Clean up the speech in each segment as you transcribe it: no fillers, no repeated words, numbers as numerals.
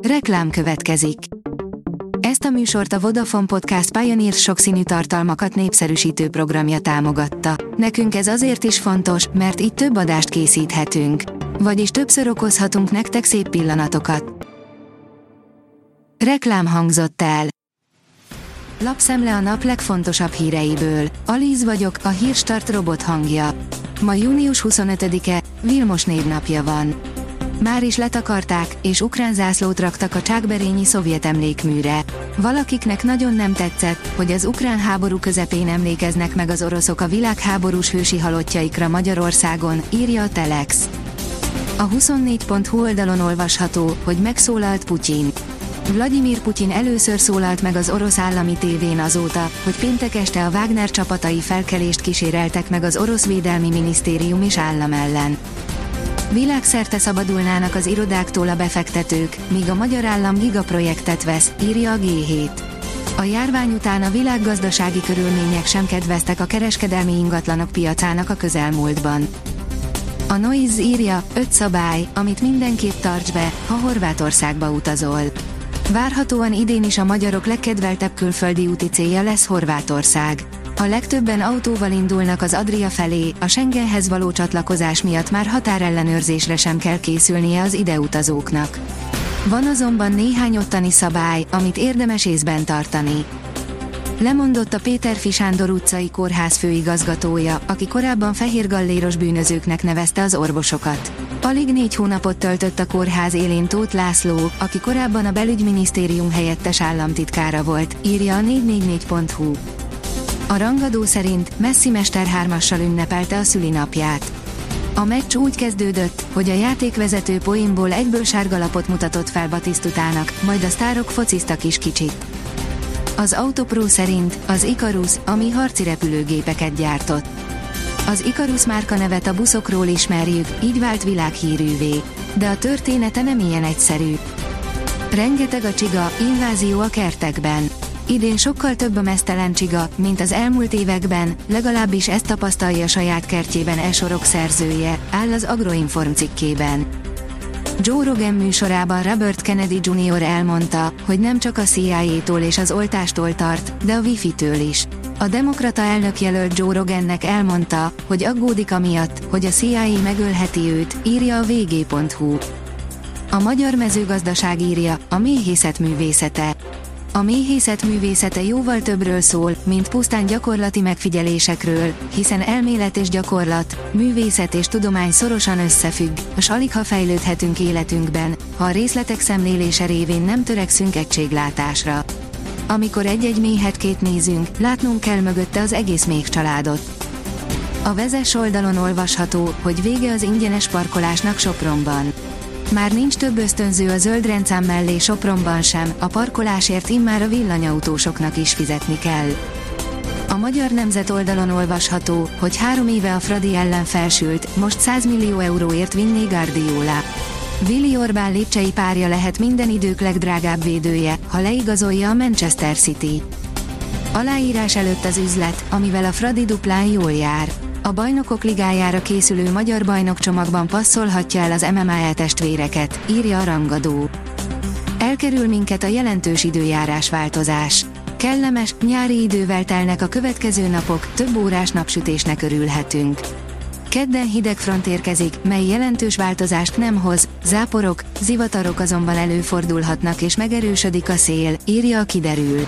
Reklám következik. Ezt a műsort a Vodafone Podcast Pioneer sokszínű tartalmakat népszerűsítő programja támogatta. Nekünk ez azért is fontos, mert így több adást készíthetünk. Vagyis többször okozhatunk nektek szép pillanatokat. Reklám hangzott el. Lapszemle a nap legfontosabb híreiből. Alíz vagyok, a Hírstart robot hangja. Ma június 25-e, Vilmos névnapja van. Már is letakarták, és ukrán zászlót raktak a csákberényi szovjet emlékműre. Valakiknek nagyon nem tetszett, hogy az ukrán háború közepén emlékeznek meg az oroszok a világháborús hősi halottjaikra Magyarországon, írja a Telex. A 24.hu oldalon olvasható, hogy megszólalt Putyin. Vladimir Putyin először szólalt meg az orosz állami tévén azóta, hogy péntek este a Wagner csapatai felkelést kíséreltek meg az orosz védelmi minisztérium és állam ellen. Világszerte szabadulnának az irodáktól a befektetők, míg a magyar állam gigaprojektet vesz, írja a G7. A járvány után a világgazdasági körülmények sem kedveztek a kereskedelmi ingatlanok piacának a közelmúltban. A Noise írja, 5 szabály, amit mindenképp tarts be, ha Horvátországba utazol. Várhatóan idén is a magyarok legkedveltebb külföldi úti célja lesz Horvátország. A legtöbben autóval indulnak az Adria felé, a Schengenhez való csatlakozás miatt már határellenőrzésre sem kell készülnie az ideutazóknak. Van azonban néhány ottani szabály, amit érdemes észben tartani. Lemondott a Péterfi Sándor utcai kórház főigazgatója, aki korábban fehérgalléros bűnözőknek nevezte az orvosokat. Alig 4 hónapot töltött a kórház élén Tóth László, aki korábban a belügyminisztérium helyettes államtitkára volt, írja a 444.hu. A rangadó szerint Messi Mester 3-assal ünnepelte a szülinapját. A meccs úgy kezdődött, hogy a játékvezető poénból egyből sárgalapot mutatott fel Batisztutának, majd a sztárok fociztak is kicsit. Az Autopro szerint az Icarus, ami harci repülőgépeket gyártott. Az Icarus márkanevet a buszokról ismerjük, így vált világhírűvé. De a története nem ilyen egyszerű. Rengeteg a csiga, invázió a kertekben. Idén sokkal több a meztelen csiga, mint az elmúlt években, legalábbis ezt tapasztalja saját kertjében e-sorok szerzője, áll az Agroinform cikkében. Joe Rogan műsorában Robert Kennedy Jr. elmondta, hogy nem csak a CIA-tól és az oltástól tart, de a Wi-Fi-től is. A demokrata elnökjelölt Joe Rogannek elmondta, hogy aggódik amiatt, hogy a CIA megölheti őt, írja a vg.hu. A magyar mezőgazdaság írja, a méhészet művészete. A méhészet művészete jóval többről szól, mint pusztán gyakorlati megfigyelésekről, hiszen elmélet és gyakorlat, művészet és tudomány szorosan összefügg, s aligha fejlődhetünk életünkben, ha a részletek szemlélése révén nem törekszünk egységlátásra. Amikor egy-egy méhetkét nézünk, látnunk kell mögötte az egész méhcsaládot. A Vezess oldalon olvasható, hogy vége az ingyenes parkolásnak Sopronban. Már nincs több ösztönző a zöld rendszám mellé Sopronban sem, a parkolásért immár a villanyautósoknak is fizetni kell. A Magyar Nemzet oldalon olvasható, hogy 3 éve a Fradi ellen felsült, most 100 millió euróért vinné Guardiola. Willi Orbán lipcsei párja lehet minden idők legdrágább védője, ha leigazolja a Manchester City. Aláírás előtt az üzlet, amivel a Fradi duplán jól jár. A Bajnokok Ligájára készülő magyar bajnokcsomagban passzolhatja el az MMA testvéreket, írja a rangadó. Elkerül minket a jelentős időjárás változás. Kellemes, nyári idővel telnek a következő napok, több órás napsütésnek örülhetünk. Kedden hideg front érkezik, mely jelentős változást nem hoz, záporok, zivatarok azonban előfordulhatnak és megerősödik a szél, írja a Kiderül.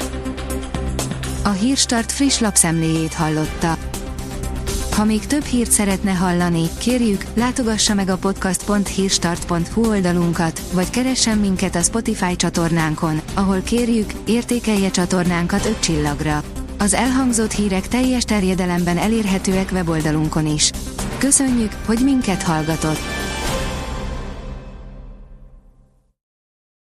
A Hírstart friss lapszemléjét hallotta. Ha még több hírt szeretne hallani, kérjük, látogassa meg a podcast.hírstart.hu oldalunkat, vagy keressen minket a Spotify csatornánkon, ahol kérjük, értékelje csatornánkat 5 csillagra. Az elhangzott hírek teljes terjedelemben elérhetőek weboldalunkon is. Köszönjük, hogy minket hallgatott!